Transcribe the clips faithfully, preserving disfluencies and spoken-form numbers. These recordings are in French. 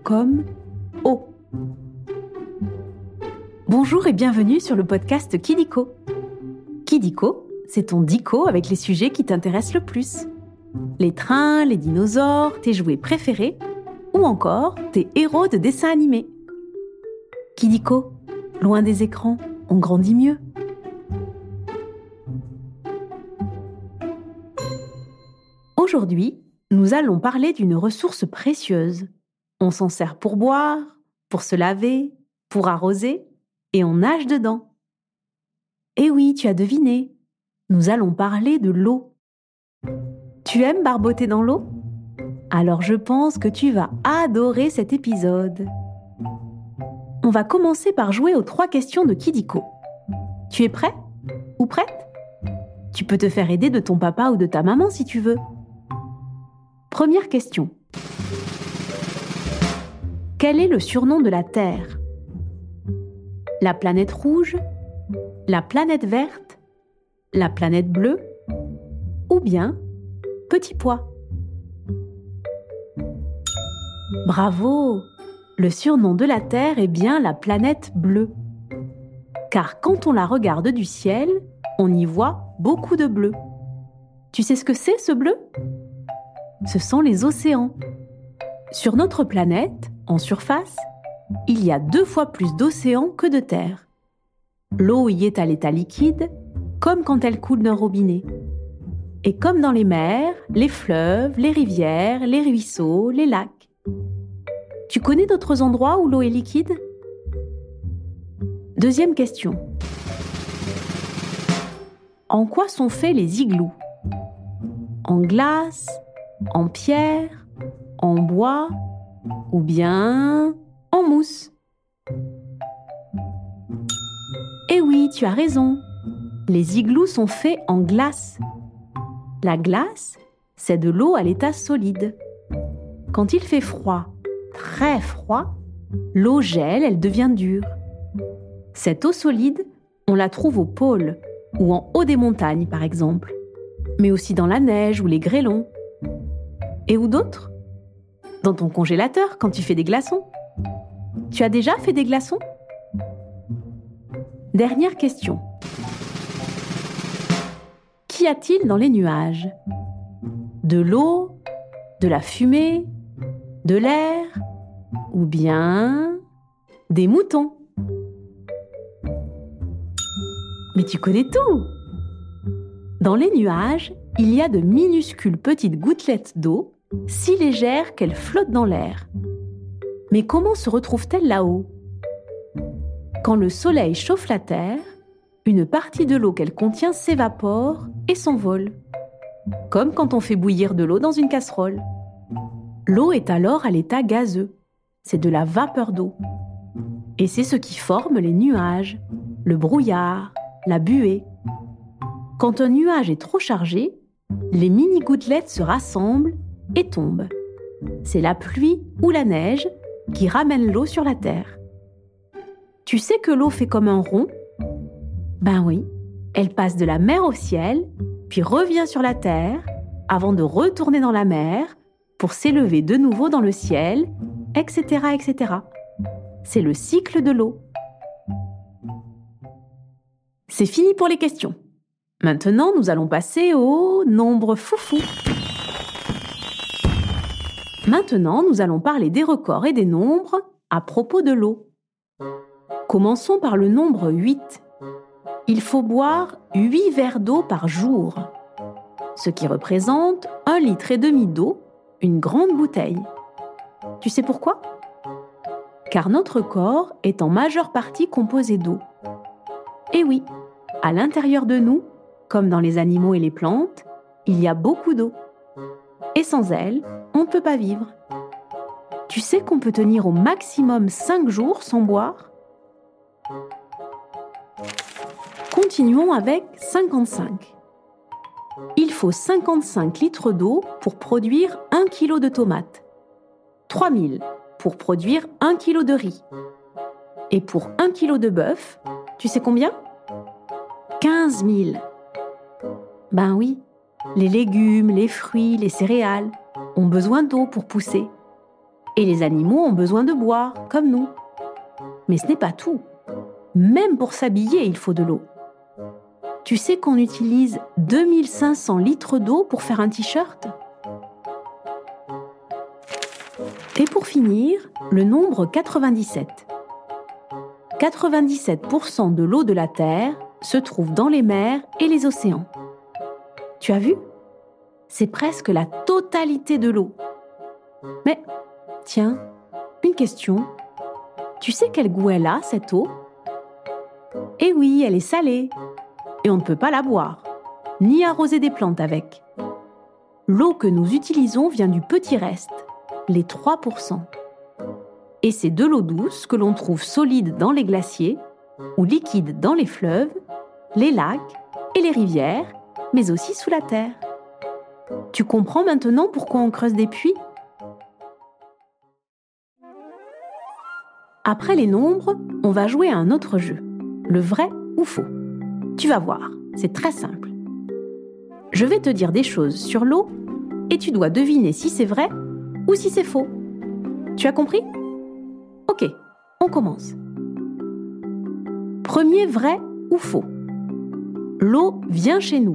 comme eau. Bonjour et bienvenue sur le podcast Kidiko. Kidiko, c'est ton dico avec les sujets qui t'intéressent le plus. Les trains, les dinosaures, tes jouets préférés ou encore tes héros de dessins animés. Kidiko, loin des écrans, on grandit mieux. Aujourd'hui, nous allons parler d'une ressource précieuse. On s'en sert pour boire, pour se laver, pour arroser, et on nage dedans. Eh oui, tu as deviné, nous allons parler de l'eau. Tu aimes barboter dans l'eau ? Alors je pense que tu vas adorer cet épisode. On va commencer par jouer aux trois questions de Kidiko. Tu es prêt ou prête ? Tu peux te faire aider de ton papa ou de ta maman si tu veux. Première question. Quel est le surnom de la Terre ? La planète rouge ? La planète verte ? La planète bleue ? Ou bien petit pois ? Bravo ! Le surnom de la Terre est bien la planète bleue. Car quand on la regarde du ciel, on y voit beaucoup de bleu. Tu sais ce que c'est ce bleu ? Ce sont les océans. Sur notre planète, en surface, il y a deux fois plus d'océans que de terre. L'eau y est à l'état liquide, comme quand elle coule d'un robinet. Et comme dans les mers, les fleuves, les rivières, les ruisseaux, les lacs. Tu connais d'autres endroits où l'eau est liquide ? Deuxième question. En quoi sont faits les igloos ? En glace ? En pierre, en bois ou bien en mousse. Eh oui, tu as raison. Les igloos sont faits en glace. La glace, c'est de l'eau à l'état solide. Quand il fait froid, très froid, l'eau gèle, elle devient dure. Cette eau solide, on la trouve au pôle ou en haut des montagnes par exemple, mais aussi dans la neige ou les grêlons. Et où d'autres ? Dans ton congélateur, quand tu fais des glaçons. Tu as déjà fait des glaçons ? Dernière question. Qu'y a-t-il dans les nuages ? De l'eau ? De la fumée ? De l'air ? Ou bien des moutons ? Mais tu connais tout ! Dans les nuages, il y a de minuscules petites gouttelettes d'eau, si légères qu'elles flottent dans l'air. Mais comment se retrouvent-elles là-haut ? Quand le soleil chauffe la Terre, une partie de l'eau qu'elle contient s'évapore et s'envole. Comme quand on fait bouillir de l'eau dans une casserole. L'eau est alors à l'état gazeux. C'est de la vapeur d'eau. Et c'est ce qui forme les nuages, le brouillard, la buée. Quand un nuage est trop chargé, les mini-gouttelettes se rassemblent et tombent. C'est la pluie ou la neige qui ramène l'eau sur la Terre. Tu sais que l'eau fait comme un rond ? Ben oui, elle passe de la mer au ciel, puis revient sur la Terre, avant de retourner dans la mer, pour s'élever de nouveau dans le ciel, et cetera, et cetera. C'est le cycle de l'eau. C'est fini pour les questions. Maintenant, nous allons passer au nombre foufou. Maintenant, nous allons parler des records et des nombres à propos de l'eau. Commençons par le nombre huit. Il faut boire huit verres d'eau par jour, ce qui représente un litre et demi d'eau, une grande bouteille. Tu sais pourquoi ? Car notre corps est en majeure partie composé d'eau. Et oui, à l'intérieur de nous, comme dans les animaux et les plantes, il y a beaucoup d'eau. Et sans elle, on ne peut pas vivre. Tu sais qu'on peut tenir au maximum cinq jours sans boire ? Continuons avec cinquante-cinq. Il faut cinquante-cinq litres d'eau pour produire un kilo de tomates, trois mille pour produire un kilo de riz. Et pour un kilo de bœuf, tu sais combien ? quinze mille. Ben oui, les légumes, les fruits, les céréales ont besoin d'eau pour pousser. Et les animaux ont besoin de boire, comme nous. Mais ce n'est pas tout. Même pour s'habiller, il faut de l'eau. Tu sais qu'on utilise deux mille cinq cents litres d'eau pour faire un t-shirt ? Et pour finir, le nombre quatre-vingt-dix-sept. quatre-vingt-dix-sept pour cent de l'eau de la Terre se trouve dans les mers et les océans. Tu as vu ? C'est presque la totalité de l'eau. Mais, tiens, une question. Tu sais quel goût elle a, cette eau ? Eh oui, elle est salée. Et on ne peut pas la boire, ni arroser des plantes avec. L'eau que nous utilisons vient du petit reste, les trois pour cent. Et c'est de l'eau douce que l'on trouve solide dans les glaciers ou liquide dans les fleuves, les lacs et les rivières, mais aussi sous la terre. Tu comprends maintenant pourquoi on creuse des puits ? Après les nombres, on va jouer à un autre jeu, le vrai ou faux. Tu vas voir, c'est très simple. Je vais te dire des choses sur l'eau et tu dois deviner si c'est vrai ou si c'est faux. Tu as compris ? Ok, on commence. Premier vrai ou faux ? L'eau vient chez nous.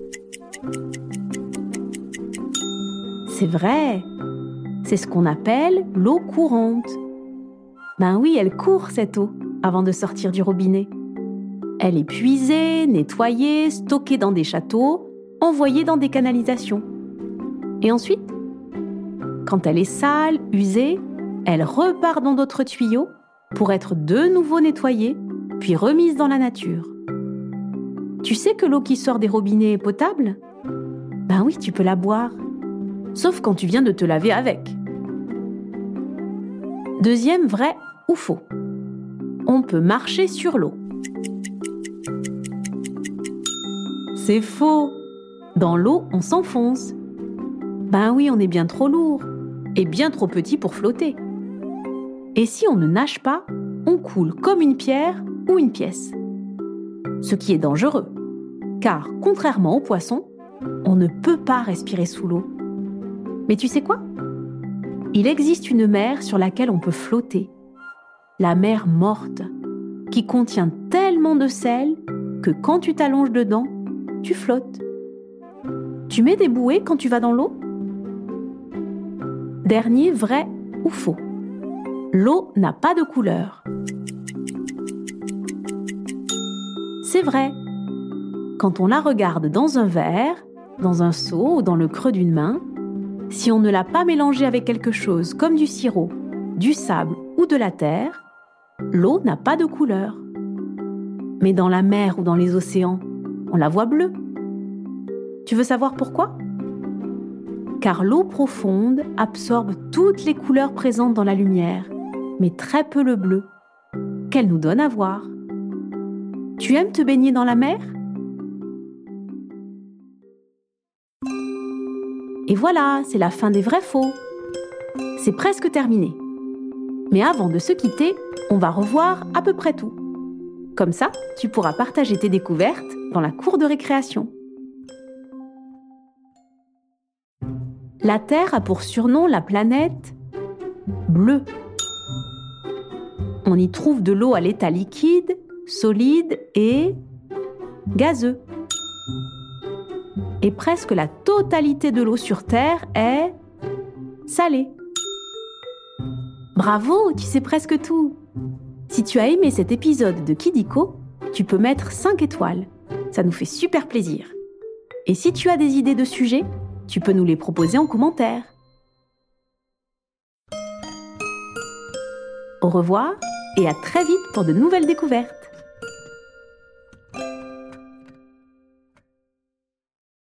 C'est vrai, c'est ce qu'on appelle l'eau courante. Ben oui, elle court cette eau avant de sortir du robinet. Elle est puisée, nettoyée, stockée dans des châteaux, envoyée dans des canalisations. Et ensuite, quand elle est sale, usée, elle repart dans d'autres tuyaux pour être de nouveau nettoyée, puis remise dans la nature. Tu sais que l'eau qui sort des robinets est potable ? Ben oui, tu peux la boire. Sauf quand tu viens de te laver avec. Deuxième vrai ou faux ? On peut marcher sur l'eau. C'est faux. Dans l'eau, on s'enfonce. Ben oui, on est bien trop lourd et bien trop petit pour flotter. Et si on ne nage pas, on coule comme une pierre ou une pièce. Ce qui est dangereux, car contrairement aux poissons, on ne peut pas respirer sous l'eau. Mais tu sais quoi ? Il existe une mer sur laquelle on peut flotter. La mer morte, qui contient tellement de sel que quand tu t'allonges dedans, tu flottes. Tu mets des bouées quand tu vas dans l'eau ? Dernier vrai ou faux ? L'eau n'a pas de couleur. C'est vrai. Quand on la regarde dans un verre, dans un seau ou dans le creux d'une main, si on ne l'a pas mélangée avec quelque chose comme du sirop, du sable ou de la terre, l'eau n'a pas de couleur. Mais dans la mer ou dans les océans, on la voit bleue. Tu veux savoir pourquoi ? Car l'eau profonde absorbe toutes les couleurs présentes dans la lumière, mais très peu le bleu, qu'elle nous donne à voir. Tu aimes te baigner dans la mer ? Et voilà, c'est la fin des vrais-faux. C'est presque terminé. Mais avant de se quitter, on va revoir à peu près tout. Comme ça, tu pourras partager tes découvertes dans la cour de récréation. La Terre a pour surnom la planète bleue. On y trouve de l'eau à l'état liquide, solide et gazeux. Et presque la totalité de l'eau sur Terre est salée. Bravo, tu sais presque tout. Si tu as aimé cet épisode de Kidiko, tu peux mettre cinq étoiles. Ça nous fait super plaisir. Et si tu as des idées de sujets, tu peux nous les proposer en commentaire. Au revoir et à très vite pour de nouvelles découvertes.